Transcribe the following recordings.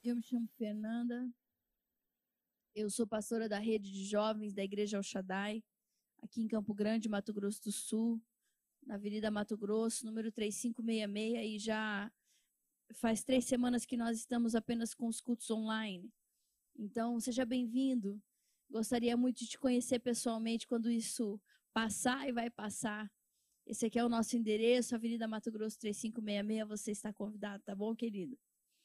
Eu me chamo Fernanda, eu sou pastora da rede de jovens da Igreja El Shaddai, aqui em Campo Grande, Mato Grosso do Sul, na Avenida Mato Grosso, número 3566, e já faz 3 semanas que nós estamos apenas com os cultos online. Então, seja bem-vindo. Gostaria muito de te conhecer pessoalmente quando isso passar, e vai passar. Esse aqui é o nosso endereço, Avenida Mato Grosso 3566, você está convidado, tá bom, querido?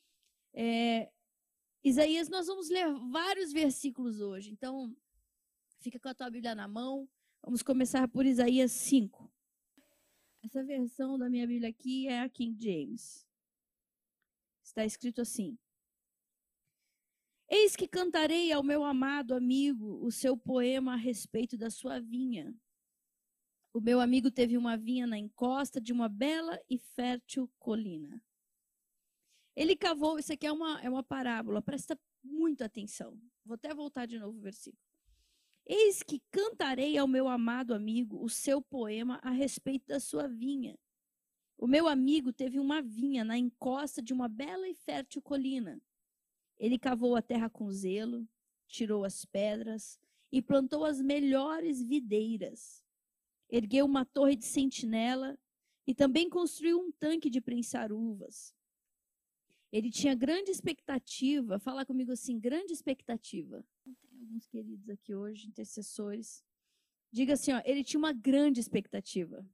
Isaías, nós vamos ler vários versículos hoje, então fica com a tua Bíblia na mão. Vamos começar por Isaías 5. Essa versão da minha Bíblia aqui é a King James. Está escrito assim: Eis que cantarei ao meu amado amigo o seu poema a respeito da sua vinha. O meu amigo teve uma vinha na encosta de uma bela e fértil colina. Ele cavou, isso aqui é uma parábola, presta muito atenção. Vou até voltar de novo o versículo. Eis que cantarei ao meu amado amigo o seu poema a respeito da sua vinha. O meu amigo teve uma vinha na encosta de uma bela e fértil colina. Ele cavou a terra com zelo, tirou as pedras e plantou as melhores videiras. Ergueu uma torre de sentinela e também construiu um tanque de prensar uvas. Ele tinha grande expectativa, fala comigo assim, grande expectativa. Tem alguns queridos aqui hoje, intercessores. Diga assim, ó, ele tinha uma grande expectativa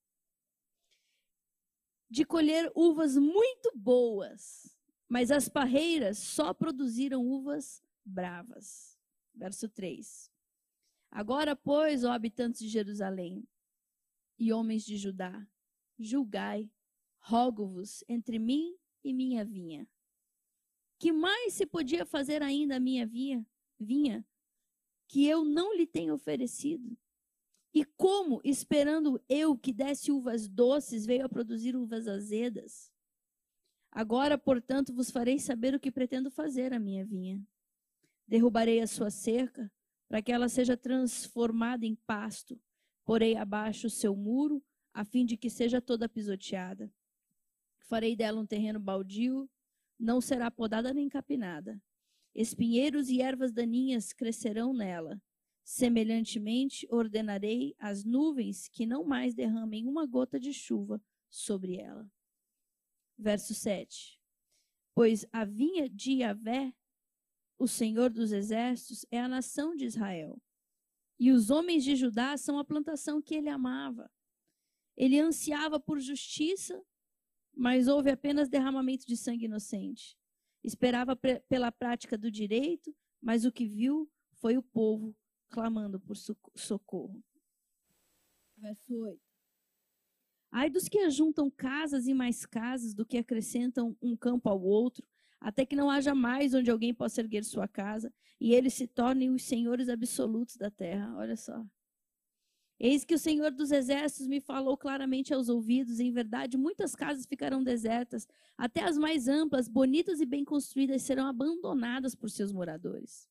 de colher uvas muito boas, mas as parreiras só produziram uvas bravas. Verso 3. Agora, pois, ó habitantes de Jerusalém e homens de Judá, julgai, rogo-vos entre mim e minha vinha. Que mais se podia fazer ainda a minha vinha que eu não lhe tenho oferecido? E como, esperando eu que desse uvas doces, veio a produzir uvas azedas? Agora, portanto, vos farei saber o que pretendo fazer à minha vinha. Derrubarei a sua cerca, para que ela seja transformada em pasto. Porei abaixo o seu muro, a fim de que seja toda pisoteada. Farei dela um terreno baldio, não será podada nem capinada. Espinheiros e ervas daninhas crescerão nela. Semelhantemente, ordenarei às nuvens que não mais derramem uma gota de chuva sobre ela. Verso 7. Pois a vinha de Yahvé, o Senhor dos Exércitos, é a nação de Israel. E os homens de Judá são a plantação que ele amava. Ele ansiava por justiça, mas houve apenas derramamento de sangue inocente. Esperava pela prática do direito, mas o que viu foi o povo clamando por socorro. Verso 8. Ai dos que ajuntam casas e mais casas do que acrescentam um campo ao outro, até que não haja mais onde alguém possa erguer sua casa, e eles se tornem os senhores absolutos da terra. Olha só. Eis que o Senhor dos Exércitos me falou claramente aos ouvidos, em verdade, muitas casas ficarão desertas, até as mais amplas, bonitas e bem construídas serão abandonadas por seus moradores.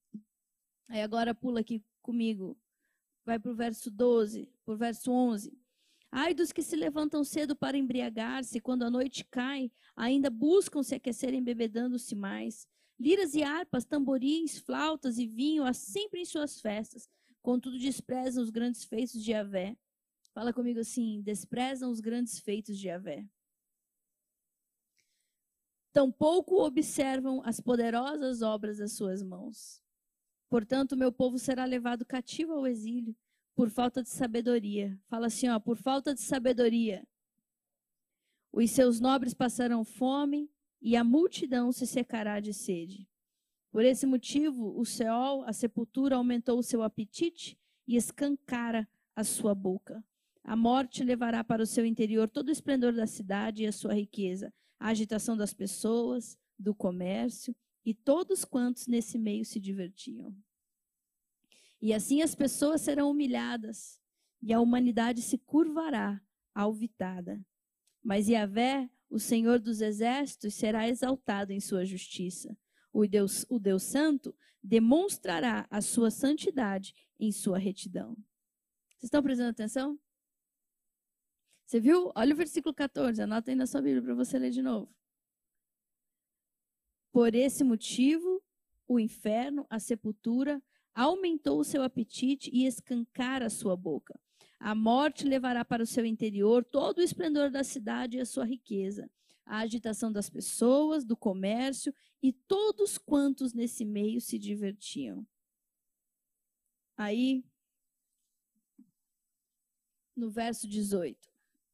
Aí agora pula aqui comigo, vai para o verso 12, para o verso 11. Ai dos que se levantam cedo para embriagar-se, quando a noite cai, ainda buscam se aquecer embebedando-se mais. Liras e harpas, tamborins, flautas e vinho há sempre em suas festas. Contudo, desprezam os grandes feitos de Yahvé. Fala comigo assim, desprezam os grandes feitos de Yahvé. Tampouco observam as poderosas obras das suas mãos. Portanto, meu povo será levado cativo ao exílio por falta de sabedoria. Fala assim, ó, por falta de sabedoria. Os seus nobres passarão fome e a multidão se secará de sede. Por esse motivo, o Seol, a sepultura, aumentou o seu apetite e escancara a sua boca. A morte levará para o seu interior todo o esplendor da cidade e a sua riqueza, a agitação das pessoas, do comércio e todos quantos nesse meio se divertiam. E assim as pessoas serão humilhadas e a humanidade se curvará alvitada. Mas Yahvé, o Senhor dos Exércitos, será exaltado em sua justiça. O Deus Santo demonstrará a sua santidade em sua retidão. Vocês estão prestando atenção? Você viu? Olha o versículo 14, anota aí na sua Bíblia para você ler de novo. Por esse motivo, o inferno, a sepultura, aumentou o seu apetite e escancara a sua boca. A morte levará para o seu interior todo o esplendor da cidade e a sua riqueza, a agitação das pessoas, do comércio e todos quantos nesse meio se divertiam. Aí, no verso 18,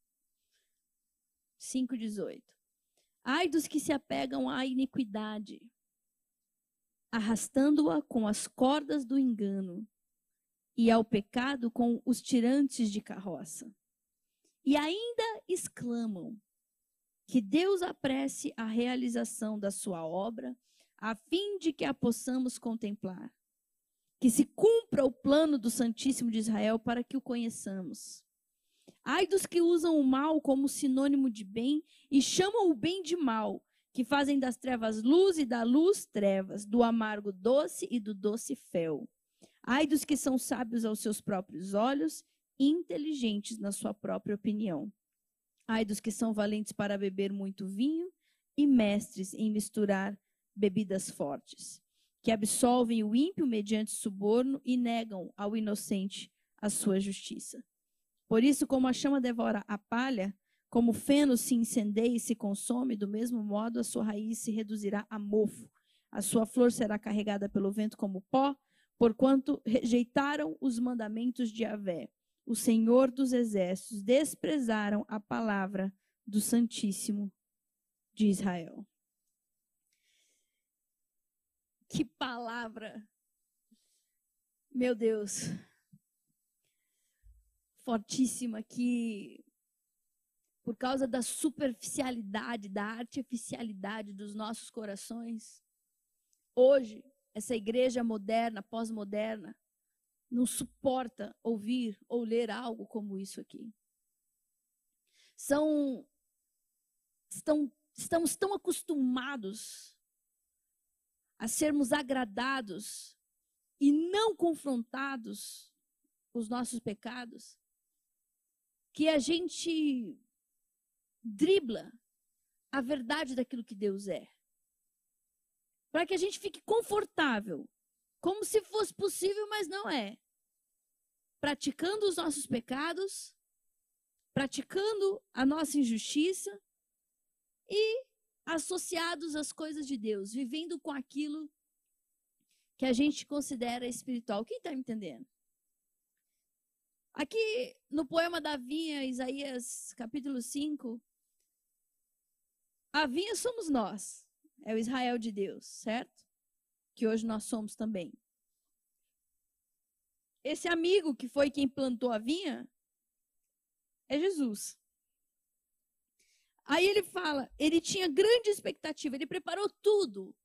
5:18. Ai dos que se apegam à iniquidade, arrastando-a com as cordas do engano, e ao pecado com os tirantes de carroça. E ainda exclamam: que Deus apresse a realização da sua obra, a fim de que a possamos contemplar. Que se cumpra o plano do Santíssimo de Israel para que o conheçamos. Ai dos que usam o mal como sinônimo de bem e chamam o bem de mal, que fazem das trevas luz e da luz trevas, do amargo doce e do doce fel. Ai dos que são sábios aos seus próprios olhos e inteligentes na sua própria opinião. Ai dos que são valentes para beber muito vinho e mestres em misturar bebidas fortes, que absolvem o ímpio mediante suborno e negam ao inocente a sua justiça. Por isso, como a chama devora a palha, como o feno se incendeia e se consome, do mesmo modo a sua raiz se reduzirá a mofo. A sua flor será carregada pelo vento como pó, porquanto rejeitaram os mandamentos de Yahvé. O Senhor dos Exércitos, desprezaram a palavra do Santíssimo de Israel. Que palavra! Meu Deus! Fortíssima, que por causa da superficialidade, da artificialidade dos nossos corações, hoje, essa igreja moderna, pós-moderna, não suporta ouvir ou ler algo como isso aqui. Estamos tão acostumados a sermos agradados e não confrontados os nossos pecados, que a gente dribla a verdade daquilo que Deus é. Para que a gente fique confortável, como se fosse possível, mas não é. Praticando os nossos pecados, praticando a nossa injustiça e associados às coisas de Deus, vivendo com aquilo que a gente considera espiritual. Quem está me entendendo? Aqui no poema da vinha, Isaías capítulo 5, a vinha somos nós, é o Israel de Deus, certo? Que hoje nós somos também. Esse amigo que foi quem plantou a vinha é Jesus. Aí ele fala, ele tinha grande expectativa, ele preparou tudo.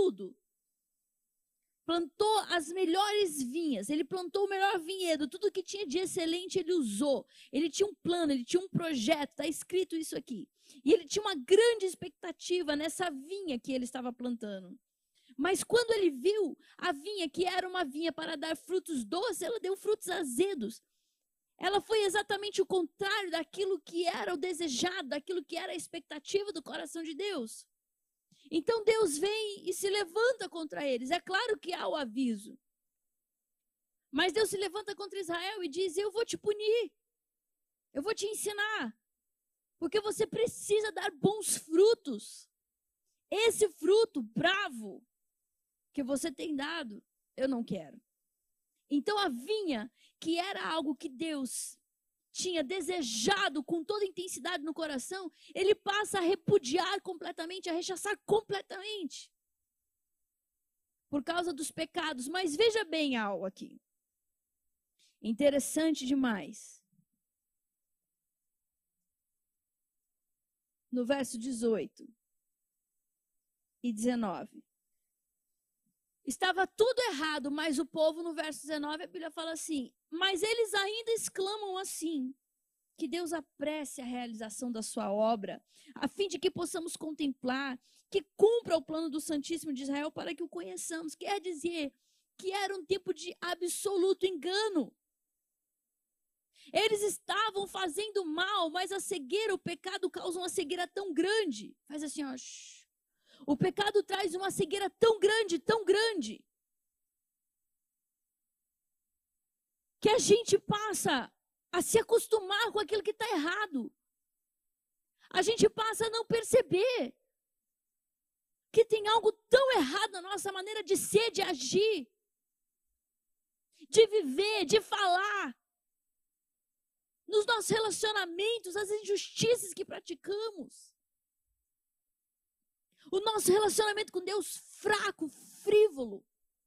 Plantou as melhores vinhas, ele plantou o melhor vinhedo, tudo que tinha de excelente ele usou. Ele tinha um plano, ele tinha um projeto, está escrito isso aqui. E ele tinha uma grande expectativa nessa vinha que ele estava plantando. Mas quando ele viu a vinha, que era uma vinha para dar frutos doces, ela deu frutos azedos. Ela foi exatamente o contrário daquilo que era o desejado, daquilo que era a expectativa do coração de Deus. Então Deus vem e se levanta contra eles. É claro que há o aviso. Mas Deus se levanta contra Israel e diz: eu vou te punir. Eu vou te ensinar. Porque você precisa dar bons frutos. Esse fruto bravo que você tem dado, eu não quero. Então a vinha, que era algo que Deus tinha desejado com toda intensidade no coração, ele passa a repudiar completamente, a rechaçar completamente. Por causa dos pecados. Mas veja bem algo aqui. Interessante demais. No verso 18 e 19. Estava tudo errado, mas o povo, no verso 19, a Bíblia fala assim: mas eles ainda exclamam assim, que Deus apresse a realização da sua obra, a fim de que possamos contemplar, que cumpra o plano do Santíssimo de Israel para que o conheçamos. Quer dizer que era um tempo de absoluto engano. Eles estavam fazendo mal, mas a cegueira, o pecado causa uma cegueira tão grande. Faz assim, ó. O pecado traz uma cegueira tão grande, que a gente passa a se acostumar com aquilo que está errado. A gente passa a não perceber que tem algo tão errado na nossa maneira de ser, de agir, de viver, de falar, nos nossos relacionamentos, as injustiças que praticamos. O nosso relacionamento com Deus fraco, frívolo.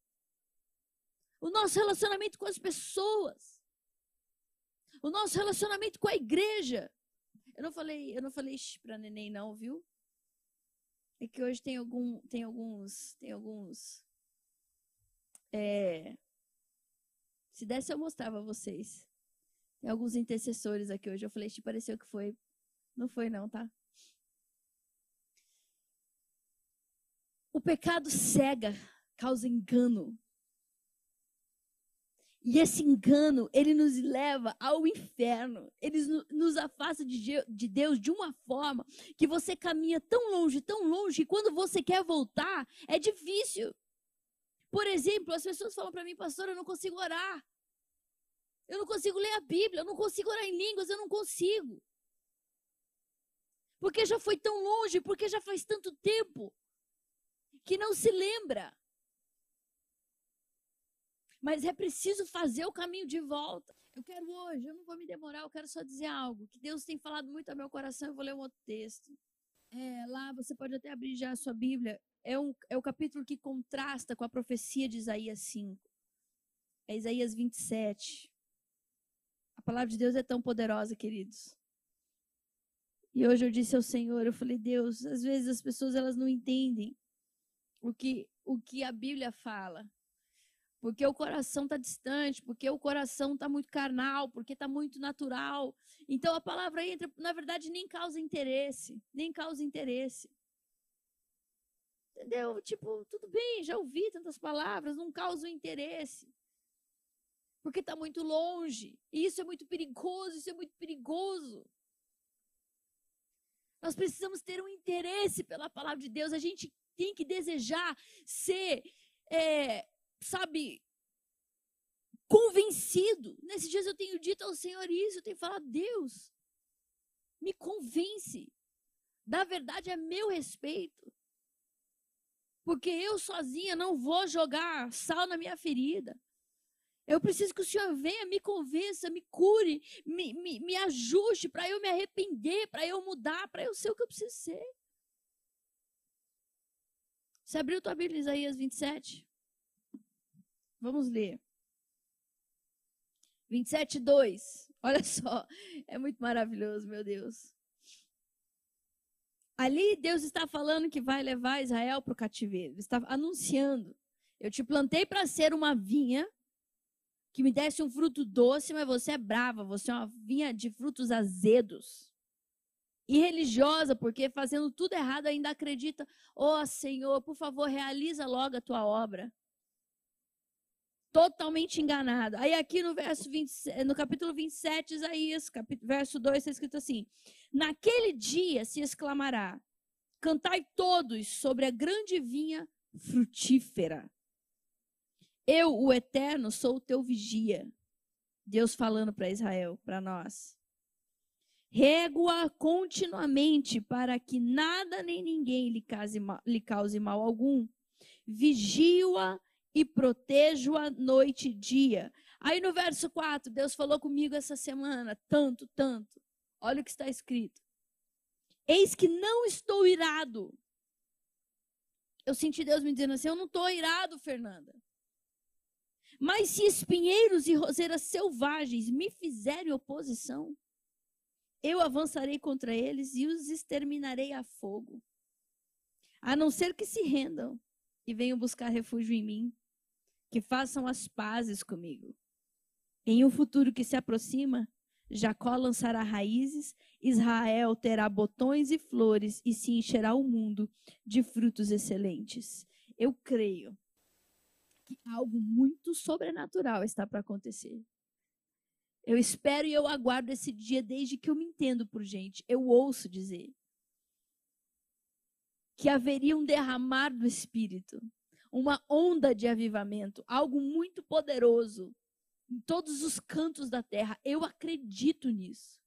O nosso relacionamento com as pessoas. O nosso relacionamento com a igreja. Eu não falei para neném não, viu? É que hoje tem alguns. Se desse eu mostrava a vocês. Tem alguns intercessores aqui hoje. Eu falei, pareceu que foi. Não foi não, tá? O pecado cega, causa engano. E esse engano, ele nos leva ao inferno. Ele nos afasta de Deus de uma forma que você caminha tão longe, e quando você quer voltar, é difícil. Por exemplo, as pessoas falam para mim, pastor, eu não consigo orar. Eu não consigo ler a Bíblia, eu não consigo orar em línguas, eu não consigo. Porque já foi tão longe, porque já faz tanto tempo que não se lembra. Mas é preciso fazer o caminho de volta. Eu quero hoje, eu não vou me demorar, eu quero só dizer algo. Que Deus tem falado muito ao meu coração, eu vou ler um outro texto. Lá você pode até abrir já a sua Bíblia. É o capítulo que contrasta com a profecia de Isaías 5. É Isaías 27. A palavra de Deus é tão poderosa, queridos. E hoje eu disse ao Senhor, eu falei, Deus, às vezes as pessoas elas não entendem o que a Bíblia fala. Porque o coração está distante, porque o coração está muito carnal, porque está muito natural. Então a palavra entra, na verdade, nem causa interesse. Entendeu? Tudo bem, já ouvi tantas palavras, não causa interesse. Porque está muito longe. E isso é muito perigoso, Nós precisamos ter um interesse pela palavra de Deus. A gente tem que desejar ser... convencido. Nesses dias eu tenho dito ao Senhor isso, eu tenho falado, Deus, me convence da verdade a meu respeito. Porque eu sozinha não vou jogar sal na minha ferida. Eu preciso que o Senhor venha, me convença, me cure, me ajuste para eu me arrepender, para eu mudar, para eu ser o que eu preciso ser. Você abriu tua Bíblia, Isaías 27? Vamos ler. 27:2. Olha só, é muito maravilhoso, meu Deus. Ali Deus está falando que vai levar Israel para o cativeiro. Ele está anunciando. Eu te plantei para ser uma vinha que me desse um fruto doce, mas você é brava. Você é uma vinha de frutos azedos. E religiosa, porque fazendo tudo errado ainda acredita. Oh, Senhor, por favor, realiza logo a tua obra. Totalmente enganado. Aí aqui no capítulo 27, Isaías, verso 2, está escrito assim: naquele dia se exclamará, cantai todos sobre a grande vinha frutífera. Eu, o Eterno, sou o teu vigia. Deus falando para Israel, para nós. Rego-a continuamente para que nada nem ninguém lhe cause mal algum. Vigio-a e protejo-a noite e dia. Aí no verso 4, Deus falou comigo essa semana, tanto. Olha o que está escrito. Eis que não estou irado. Eu senti Deus me dizendo assim, eu não estou irado, Fernanda. Mas se espinheiros e roseiras selvagens me fizerem oposição, eu avançarei contra eles e os exterminarei a fogo. A não ser que se rendam e venham buscar refúgio em mim, que façam as pazes comigo. Em um futuro que se aproxima, Jacó lançará raízes, Israel terá botões e flores e se encherá o mundo de frutos excelentes. Eu creio que algo muito sobrenatural está para acontecer. Eu espero e eu aguardo esse dia desde que eu me entendo por gente. Eu ouço dizer que haveria um derramar do Espírito, uma onda de avivamento, algo muito poderoso em todos os cantos da terra. Eu acredito nisso.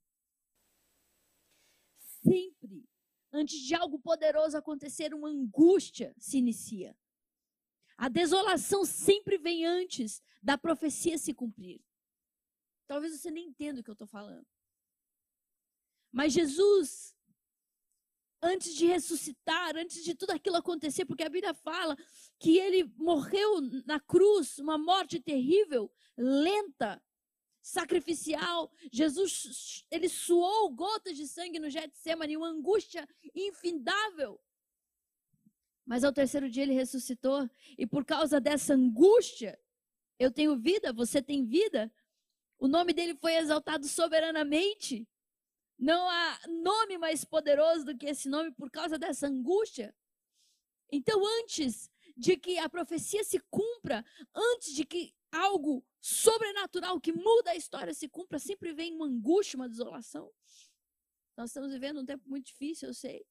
Sempre, antes de algo poderoso acontecer, uma angústia se inicia. A desolação sempre vem antes da profecia se cumprir. Talvez você nem entenda o que eu estou falando. Mas Jesus, antes de ressuscitar, antes de tudo aquilo acontecer, porque a Bíblia fala que ele morreu na cruz, uma morte terrível, lenta, sacrificial. Jesus, ele suou gotas de sangue no Getsemane, uma angústia infindável. Mas ao terceiro dia ele ressuscitou, e por causa dessa angústia, eu tenho vida, você tem vida. O nome dele foi exaltado soberanamente. Não há nome mais poderoso do que esse nome por causa dessa angústia. Então, antes de que a profecia se cumpra, antes de que algo sobrenatural que muda a história se cumpra, sempre vem uma angústia, uma desolação. Nós estamos vivendo um tempo muito difícil, eu sei.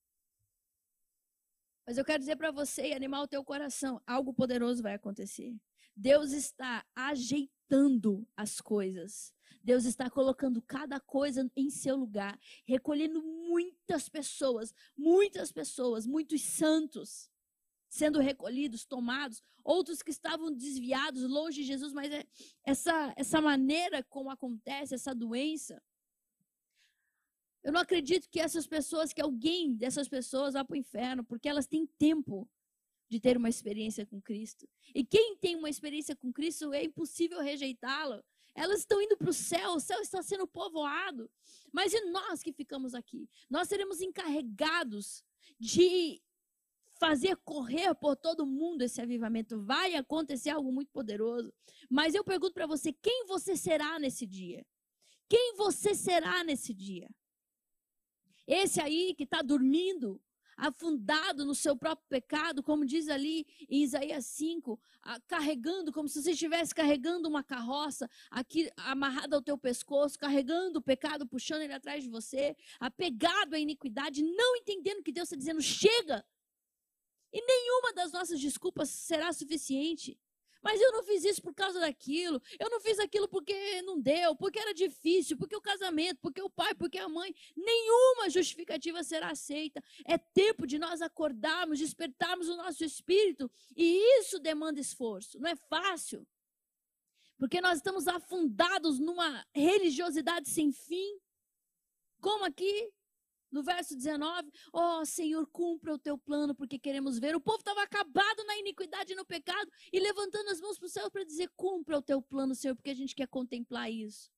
Mas eu quero dizer para você e animar o teu coração, algo poderoso vai acontecer. Deus está ajeitando as coisas. Deus está colocando cada coisa em seu lugar, recolhendo muitas pessoas, muitos santos, sendo recolhidos, tomados, outros que estavam desviados, longe de Jesus, mas essa maneira como acontece, essa doença. Eu não acredito que alguém dessas pessoas vá para o inferno, porque elas têm tempo de ter uma experiência com Cristo. E quem tem uma experiência com Cristo, é impossível rejeitá-lo. Elas estão indo para o céu está sendo povoado. Mas e nós que ficamos aqui? Nós seremos encarregados de fazer correr por todo mundo esse avivamento. Vai acontecer algo muito poderoso. Mas eu pergunto para você, quem você será nesse dia? Quem você será nesse dia? Esse aí que está dormindo, afundado no seu próprio pecado, como diz ali em Isaías 5, carregando, como se você estivesse carregando uma carroça, aqui amarrada ao teu pescoço, carregando o pecado, puxando ele atrás de você, apegado à iniquidade, não entendendo que Deus está dizendo, chega! E nenhuma das nossas desculpas será suficiente. Mas eu não fiz isso por causa daquilo, eu não fiz aquilo porque não deu, porque era difícil, porque o casamento, porque o pai, porque a mãe. Nenhuma justificativa será aceita. É tempo de nós acordarmos, despertarmos o nosso espírito, e isso demanda esforço, não é fácil. Porque nós estamos afundados numa religiosidade sem fim, como aqui no verso 19, ó Senhor, cumpra o teu plano, porque queremos ver. O povo estava acabado na iniquidade e no pecado, e levantando as mãos para o céu para dizer, cumpra o teu plano, Senhor, porque a gente quer contemplar isso.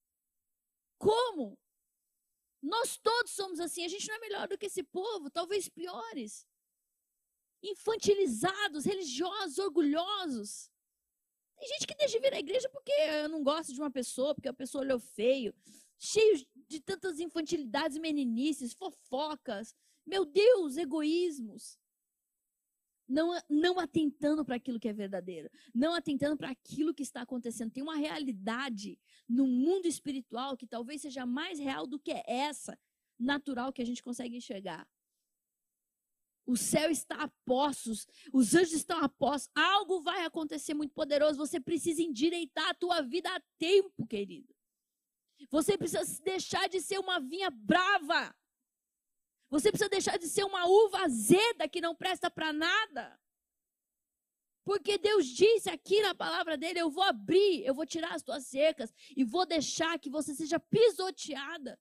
Como? Nós todos somos assim, a gente não é melhor do que esse povo, talvez piores. Infantilizados, religiosos, orgulhosos. Tem gente que deixa de vir à igreja porque eu não gosto de uma pessoa, porque a pessoa olhou feio, cheios de tantas infantilidades, meninices, fofocas, meu Deus, egoísmos. Não atentando para aquilo que é verdadeiro, não atentando para aquilo que está acontecendo. Tem uma realidade no mundo espiritual que talvez seja mais real do que essa natural que a gente consegue enxergar. O céu está a postos, os anjos estão a postos, algo vai acontecer muito poderoso. Você precisa endireitar a tua vida a tempo, querido. Você precisa deixar de ser uma vinha brava. Você precisa deixar de ser uma uva azeda que não presta para nada. Porque Deus disse aqui na palavra dele, eu vou abrir, eu vou tirar as tuas cercas e vou deixar que você seja pisoteada.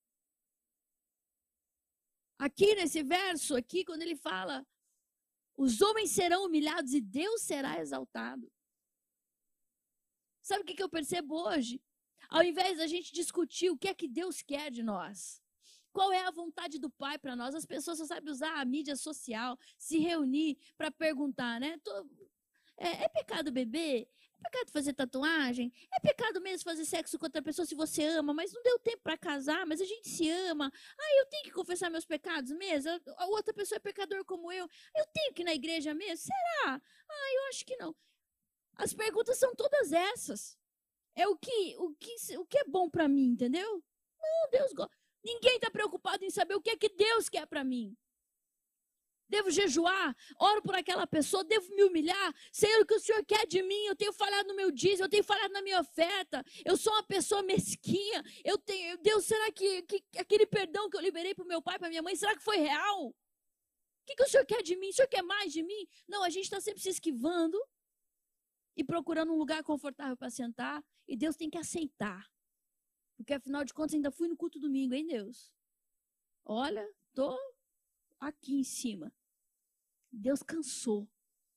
Aqui nesse verso, aqui quando ele fala, os homens serão humilhados e Deus será exaltado. Sabe o que eu percebo hoje? Ao invés da gente discutir o que é que Deus quer de nós, qual é a vontade do Pai para nós, as pessoas só sabem usar a mídia social, se reunir para perguntar, né? É pecado beber? É pecado fazer tatuagem? É pecado mesmo fazer sexo com outra pessoa se você ama, mas não deu tempo para casar, mas a gente se ama. Eu tenho que confessar meus pecados mesmo? A outra pessoa é pecador como eu tenho que ir na igreja mesmo? Será? Eu acho que não. As perguntas são todas essas. É o que é bom para mim, entendeu? Não, Deus gosta. Ninguém está preocupado em saber o que é que Deus quer para mim. Devo jejuar? Oro por aquela pessoa? Devo me humilhar? Senhor, o que o Senhor quer de mim? Eu tenho falhado no meu dízimo, eu tenho falhado na minha oferta. Eu sou uma pessoa mesquinha. Deus, será que aquele perdão que eu liberei para o meu pai e para minha mãe, será que foi real? O que o Senhor quer de mim? O Senhor quer mais de mim? Não, a gente está sempre se esquivando e procurando um lugar confortável para sentar. E Deus tem que aceitar. Porque, afinal de contas, ainda fui no culto domingo, hein, Deus? Olha, tô aqui em cima. Deus cansou.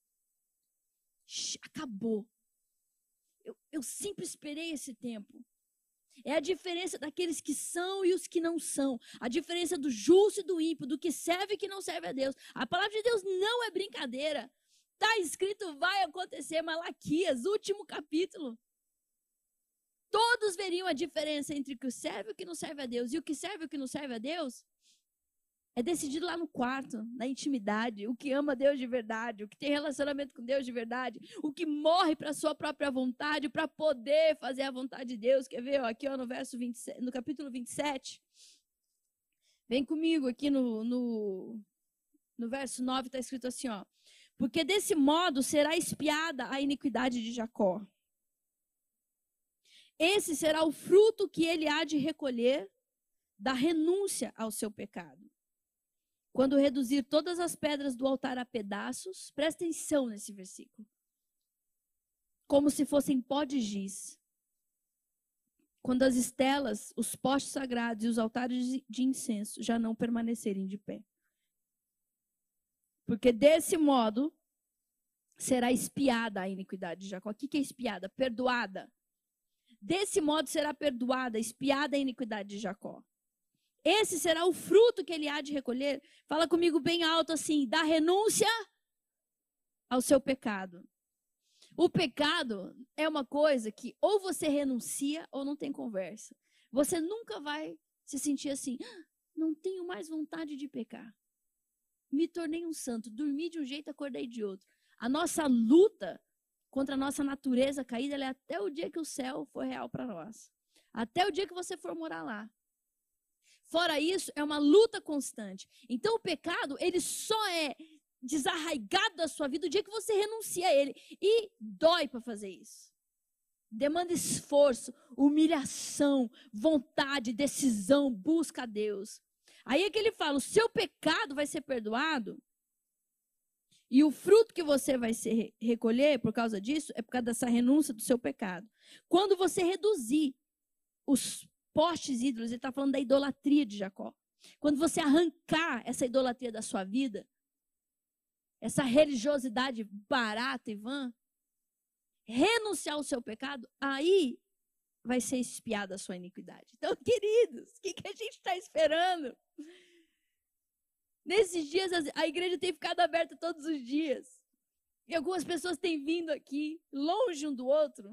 Acabou. Eu sempre esperei esse tempo. É a diferença daqueles que são e os que não são. A diferença do justo e do ímpio, do que serve e que não serve a Deus. A palavra de Deus não é brincadeira. Está escrito, vai acontecer. Malaquias, último capítulo. Todos veriam a diferença entre o que serve e o que não serve a Deus. E o que serve e o que não serve a Deus é decidido lá no quarto, na intimidade. O que ama Deus de verdade, o que tem relacionamento com Deus de verdade, o que morre para a sua própria vontade, para poder fazer a vontade de Deus. Quer ver? Ó, aqui ó, no verso 27, no capítulo 27. Vem comigo aqui no verso 9, está escrito assim, ó. Porque desse modo será expiada a iniquidade de Jacó. Esse será o fruto que ele há de recolher da renúncia ao seu pecado. Quando reduzir todas as pedras do altar a pedaços, presta atenção nesse versículo. Como se fossem pó de giz. Quando as estelas, os postes sagrados e os altares de incenso já não permanecerem de pé. Porque desse modo será expiada a iniquidade de Jacó. O que é expiada? Perdoada. Desse modo será perdoada, expiada a iniquidade de Jacó. Esse será o fruto que ele há de recolher. Fala comigo bem alto assim, da renúncia ao seu pecado. O pecado é uma coisa que ou você renuncia ou não tem conversa. Você nunca vai se sentir assim, não tenho mais vontade de pecar. Me tornei um santo, dormi de um jeito, acordei de outro. A nossa luta contra a nossa natureza caída, ela é até o dia que o céu for real para nós. Até o dia que você for morar lá. Fora isso, é uma luta constante. Então, o pecado, ele só é desarraigado da sua vida o dia que você renuncia a ele. E dói para fazer isso. Demanda esforço, humilhação, vontade, decisão, busca a Deus. Aí é que ele fala, o seu pecado vai ser perdoado. E o fruto que você vai recolher por causa disso é por causa dessa renúncia do seu pecado. Quando você reduzir os postes ídolos, ele está falando da idolatria de Jacó. Quando você arrancar essa idolatria da sua vida, essa religiosidade barata e vã, renunciar ao seu pecado, aí vai ser expiada a sua iniquidade. Então, queridos, o que a gente está esperando? Nesses dias, a igreja tem ficado aberta todos os dias. E algumas pessoas têm vindo aqui, longe um do outro.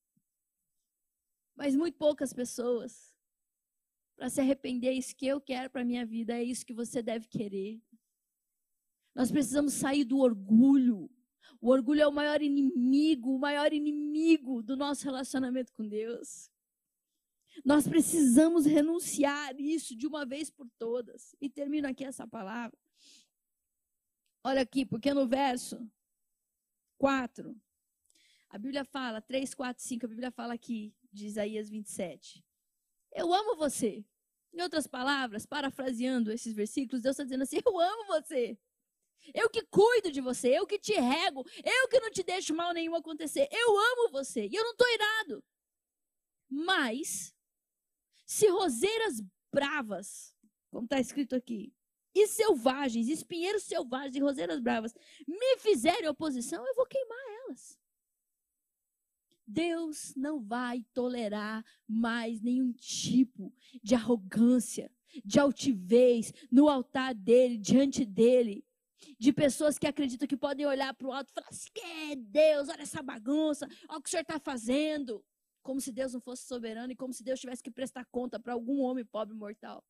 Mas muito poucas pessoas. Para se arrepender, é isso que eu quero para a minha vida, é isso que você deve querer. Nós precisamos sair do orgulho. O orgulho é o maior inimigo do nosso relacionamento com Deus. Nós precisamos renunciar isso de uma vez por todas. E termino aqui essa palavra. Olha aqui, porque no verso 4, a Bíblia fala, 3, 4, 5, a Bíblia fala aqui, de Isaías 27. Eu amo você. Em outras palavras, parafraseando esses versículos, Deus está dizendo assim, eu amo você. Eu que cuido de você, eu que te rego, eu que não te deixo mal nenhum acontecer. Eu amo você e eu não estou irado. Mas, se roseiras bravas, como está escrito aqui, e selvagens, espinheiros selvagens e roseiras bravas, me fizerem oposição, eu vou queimar elas. Deus não vai tolerar mais nenhum tipo de arrogância, de altivez no altar dele, diante dele. De pessoas que acreditam que podem olhar para o alto e falar assim, Deus, olha essa bagunça, olha o que o senhor está fazendo. Como se Deus não fosse soberano e como se Deus tivesse que prestar conta para algum homem pobre mortal.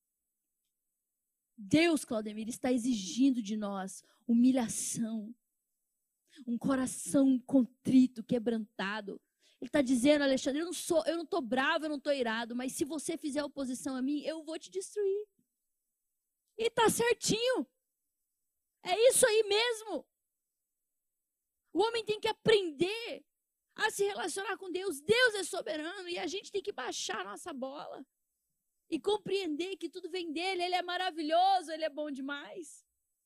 Deus, Claudemir, está exigindo de nós humilhação, um coração contrito, quebrantado. Ele está dizendo, Alexandre, eu não estou bravo, eu não estou irado, mas se você fizer oposição a mim, eu vou te destruir. E está certinho. É isso aí mesmo. O homem tem que aprender a se relacionar com Deus. Deus é soberano e a gente tem que baixar a nossa bola e compreender que tudo vem dele. Ele é maravilhoso, ele é bom demais.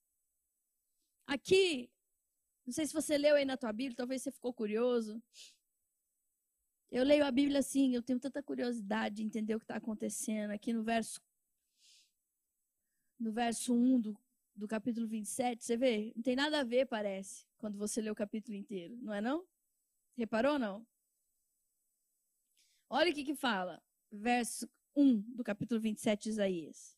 Aqui, não sei se você leu aí na tua Bíblia, talvez você ficou curioso. Eu leio a Bíblia assim, eu tenho tanta curiosidade de entender o que está acontecendo. Aqui no verso 1 do capítulo 27, você vê? Não tem nada a ver, parece, quando você lê o capítulo inteiro, não é não? Reparou, não? Olha o que fala, verso 1 do capítulo 27 de Isaías.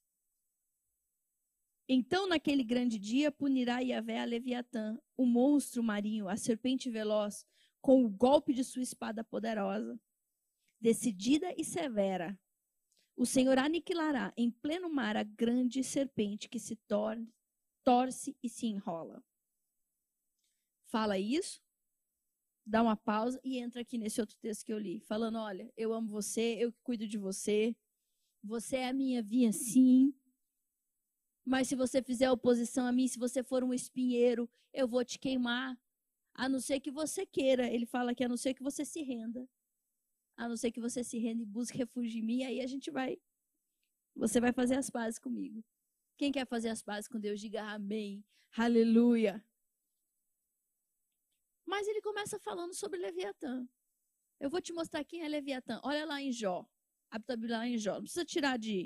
Então, naquele grande dia, punirá Yahvé a Leviatã, o monstro marinho, a serpente veloz, com o golpe de sua espada poderosa, decidida e severa. O Senhor aniquilará em pleno mar a grande serpente que se torce e se enrola. Fala isso, dá uma pausa e entra aqui nesse outro texto que eu li, falando, olha, eu amo você, eu cuido de você, você é a minha vinha sim, mas se você fizer oposição a mim, se você for um espinheiro, eu vou te queimar, a não ser que você queira. Ele fala que a não ser que você se renda, a não ser que você se renda e busque refúgio em mim, aí você vai fazer as pazes comigo. Quem quer fazer as pazes com Deus, diga amém, aleluia. Mas ele começa falando sobre Leviatã. Eu vou te mostrar quem é Leviatã. Olha lá em Jó. Abre a Bíblia lá em Jó. Não precisa tirar de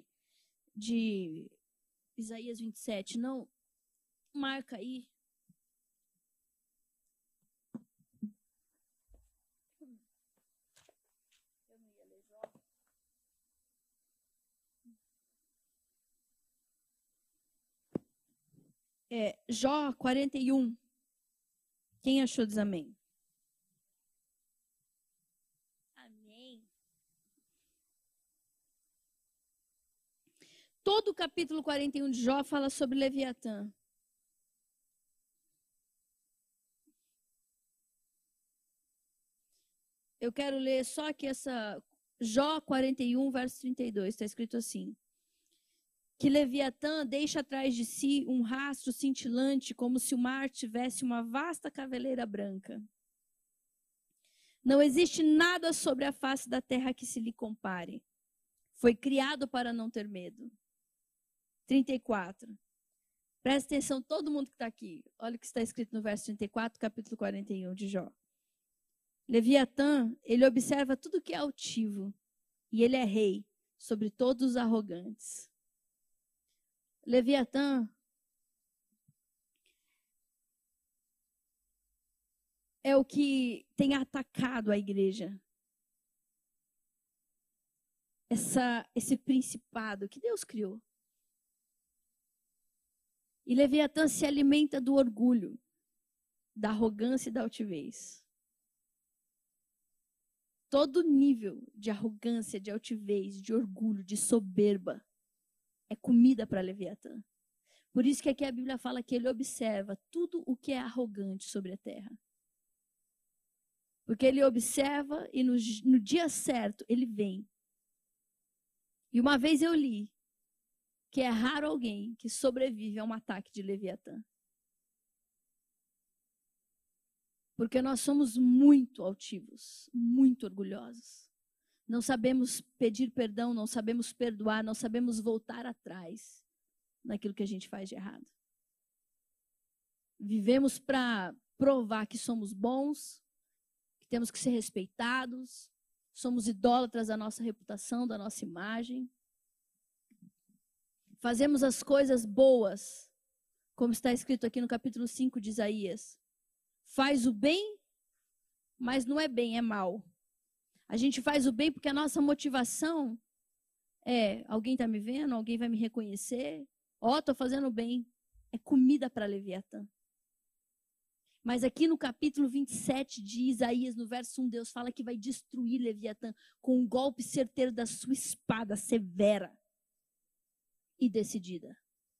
Isaías 27, não. Marca aí. Eu não ia ler Jó. Jó 41. Quem achou diz amém? Amém. Todo o capítulo 41 de Jó fala sobre Leviatã. Eu quero ler só aqui essa Jó 41, verso 32. Está escrito assim. Que Leviatã deixa atrás de si um rastro cintilante, como se o mar tivesse uma vasta caveleira branca. Não existe nada sobre a face da terra que se lhe compare. Foi criado para não ter medo. 34. Presta atenção, todo mundo que está aqui. Olha o que está escrito no verso 34, capítulo 41 de Jó. Leviatã, ele observa tudo que é altivo, e ele é rei sobre todos os arrogantes. Leviatã é o que tem atacado a igreja. Esse principado que Deus criou. E Leviatã se alimenta do orgulho, da arrogância e da altivez. Todo nível de arrogância, de altivez, de orgulho, de soberba é comida para Leviatã. Por isso que aqui a Bíblia fala que ele observa tudo o que é arrogante sobre a terra. Porque ele observa e no dia certo ele vem. E uma vez eu li que é raro alguém que sobrevive a um ataque de Leviatã. Porque nós somos muito altivos, muito orgulhosos. Não sabemos pedir perdão, não sabemos perdoar, não sabemos voltar atrás naquilo que a gente faz de errado. Vivemos para provar que somos bons, que temos que ser respeitados, somos idólatras da nossa reputação, da nossa imagem. Fazemos as coisas boas, como está escrito aqui no capítulo 5 de Isaías. Faz o bem, mas não é bem, é mal. A gente faz o bem porque a nossa motivação é, alguém está me vendo, alguém vai me reconhecer. Estou fazendo bem. É comida para Leviatã. Mas aqui no capítulo 27 de Isaías, no verso 1, Deus fala que vai destruir Leviatã com um golpe certeiro da sua espada severa e decidida.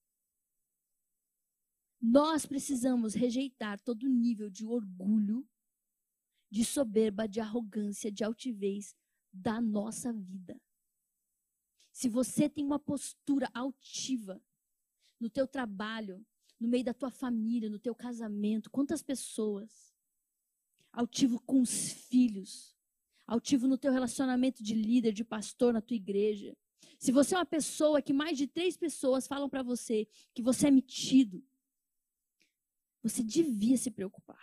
Nós precisamos rejeitar todo nível de orgulho, de soberba, de arrogância, de altivez da nossa vida. Se você tem uma postura altiva no teu trabalho, no meio da tua família, no teu casamento. Quantas pessoas? Altivo com os filhos. Altivo no teu relacionamento de líder, de pastor na tua igreja. Se você é uma pessoa que mais de 3 pessoas falam para você que você é metido, você devia se preocupar.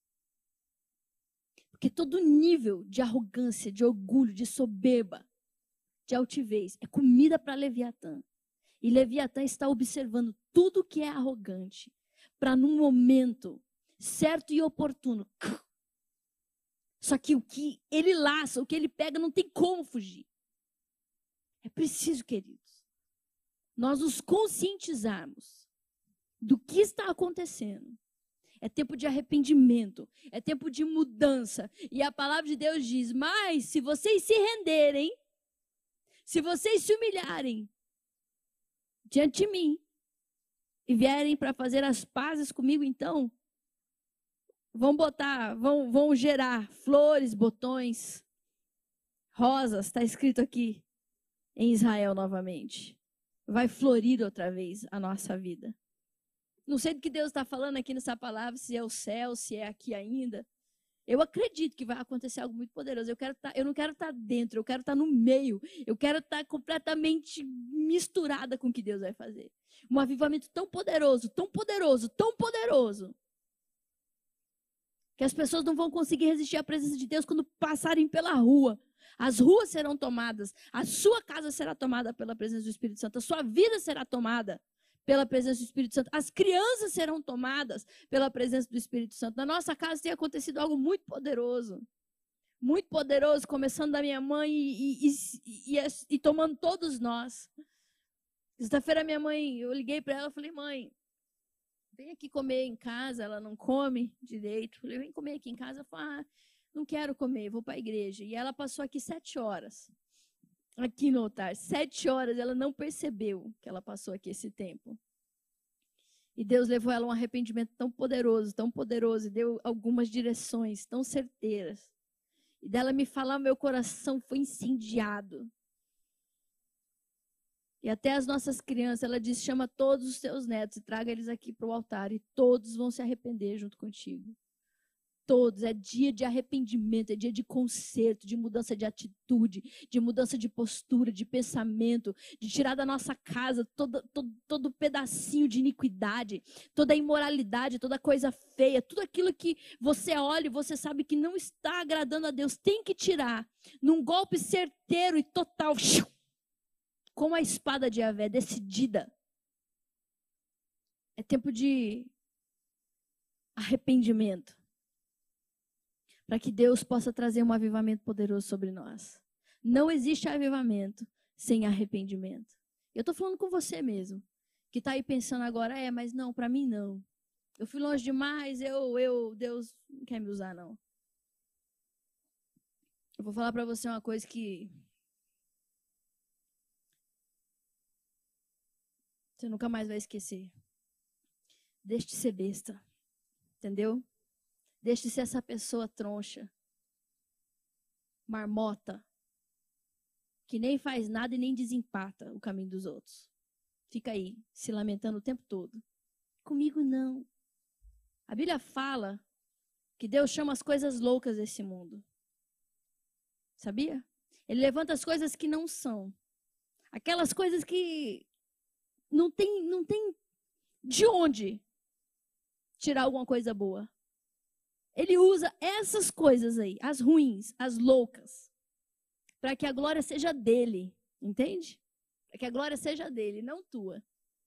Porque todo nível de arrogância, de orgulho, de soberba, de altivez, é comida para Leviatã. E Leviatã está observando tudo que é arrogante, para num momento certo e oportuno. Só que o que ele laça, o que ele pega, não tem como fugir. É preciso, queridos, nós nos conscientizarmos do que está acontecendo. É tempo de arrependimento, é tempo de mudança. E a palavra de Deus diz, mas se vocês se renderem, se vocês se humilharem diante de mim e vierem para fazer as pazes comigo, então, vão gerar flores, botões, rosas, está escrito aqui em Israel novamente. Vai florir outra vez a nossa vida. Não sei do que Deus está falando aqui nessa palavra, se é o céu, se é aqui ainda. Eu acredito que vai acontecer algo muito poderoso. Eu não quero estar dentro, eu quero estar no meio. Eu quero estar completamente misturada com o que Deus vai fazer. Um avivamento tão poderoso, tão poderoso, tão poderoso, que as pessoas não vão conseguir resistir à presença de Deus quando passarem pela rua. As ruas serão tomadas, a sua casa será tomada pela presença do Espírito Santo, a sua vida será tomada pela presença do Espírito Santo, as crianças serão tomadas pela presença do Espírito Santo. Na nossa casa tem acontecido algo muito poderoso, começando da minha mãe e tomando todos nós. Sexta-feira minha mãe, eu liguei para ela e falei, mãe, vem aqui comer em casa. Ela não come direito. Eu falei, vem comer aqui em casa. Ela falou, não quero comer, vou para a igreja. E ela passou aqui 7 horas, aqui no altar. 7 horas, ela não percebeu que ela passou aqui esse tempo. E Deus levou ela a um arrependimento tão poderoso, e deu algumas direções tão certeiras. E dela me falar, meu coração foi incendiado. E até as nossas crianças, ela disse, chama todos os teus netos e traga eles aqui para o altar. E todos vão se arrepender junto contigo. Todos. É dia de arrependimento, é dia de conserto, de mudança de atitude, de mudança de postura, de pensamento, de tirar da nossa casa todo pedacinho de iniquidade, toda imoralidade, toda coisa feia, tudo aquilo que você olha e você sabe que não está agradando a Deus, tem que tirar num golpe certeiro e total. Com a espada de Yahvé, decidida. É tempo de arrependimento. Para que Deus possa trazer um avivamento poderoso sobre nós. Não existe avivamento sem arrependimento. Eu estou falando com você mesmo, que está aí pensando agora, mas não, para mim não. Eu fui longe demais, Deus não quer me usar, não. Eu vou falar para você uma coisa que você nunca mais vai esquecer. Deixe de ser besta. Entendeu? Deixe de ser essa pessoa troncha. Marmota. Que nem faz nada e nem desempata o caminho dos outros. Fica aí, se lamentando o tempo todo. Comigo não. A Bíblia fala que Deus chama as coisas loucas desse mundo. Sabia? Ele levanta as coisas que não são. Aquelas coisas que não tem de onde tirar alguma coisa boa. Ele usa essas coisas aí, as ruins, as loucas, para que a glória seja dele, entende? Para que a glória seja dele, não tua.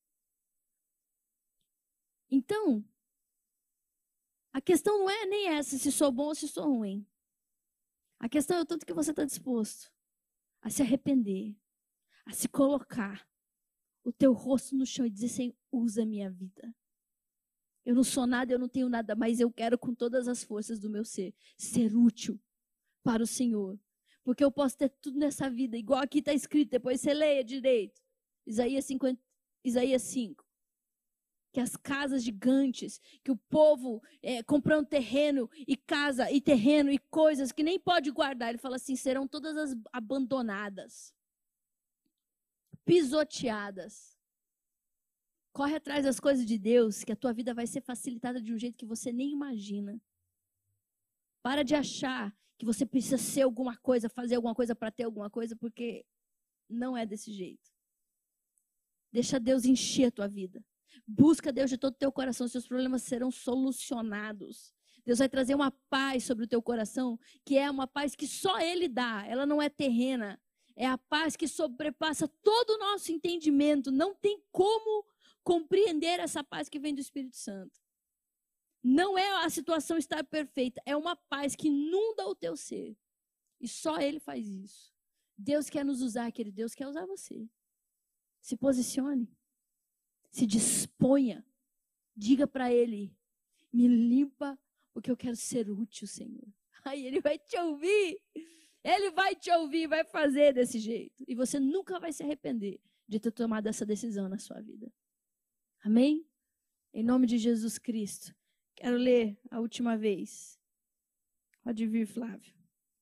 Então, a questão não é nem essa, se sou bom ou se sou ruim. A questão é o tanto que você está disposto a se arrepender, a se colocar o teu rosto no chão e dizer, Senhor, usa a minha vida. Eu não sou nada, eu não tenho nada, mas eu quero com todas as forças do meu ser útil para o Senhor. Porque eu posso ter tudo nessa vida, igual aqui está escrito, depois você leia direito. Isaías 5. Que as casas gigantes, que o povo comprando terreno e casa e terreno e coisas que nem pode guardar. Ele fala assim, serão todas abandonadas, pisoteadas. Corre atrás das coisas de Deus, que a tua vida vai ser facilitada de um jeito que você nem imagina. Para de achar que você precisa ser alguma coisa, fazer alguma coisa para ter alguma coisa, porque não é desse jeito. Deixa Deus encher a tua vida. Busca Deus de todo o teu coração, seus problemas serão solucionados. Deus vai trazer uma paz sobre o teu coração, que é uma paz que só Ele dá, ela não é terrena. É a paz que sobrepassa todo o nosso entendimento. Não tem como compreender essa paz que vem do Espírito Santo. Não é a situação estar perfeita, é uma paz que inunda o teu ser. E só Ele faz isso. Deus quer nos usar, querido. Deus quer usar você. Se posicione. Se disponha. Diga para Ele, me limpa, porque eu quero ser útil, Senhor. Aí Ele vai te ouvir. Ele vai te ouvir, vai fazer desse jeito. E você nunca vai se arrepender de ter tomado essa decisão na sua vida. Amém? Em nome de Jesus Cristo. Quero ler a última vez. Pode vir, Flávio.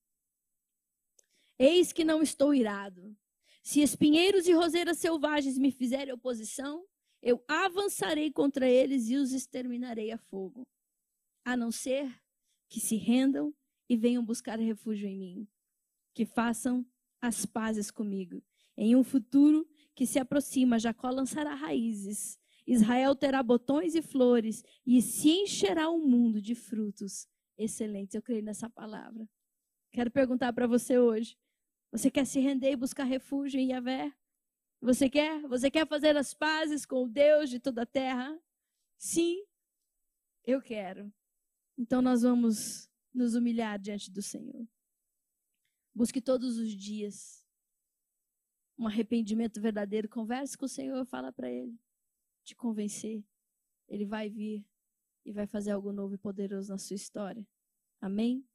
Eis que não estou irado. Se espinheiros e roseiras selvagens me fizerem oposição, eu avançarei contra eles e os exterminarei a fogo. A não ser que se rendam e venham buscar refúgio em mim. Que façam as pazes comigo. Em um futuro que se aproxima, Jacó lançará raízes. Israel terá botões e flores e se encherá o mundo de frutos excelentes. Eu creio nessa palavra. Quero perguntar para você hoje. Você quer se render e buscar refúgio em Yahvé? Você quer? Você quer fazer as pazes com o Deus de toda a terra? Sim, eu quero. Então nós vamos nos humilhar diante do Senhor. Busque todos os dias um arrependimento verdadeiro. Converse com o Senhor, fala para Ele. Te convencer. Ele vai vir e vai fazer algo novo e poderoso na sua história. Amém?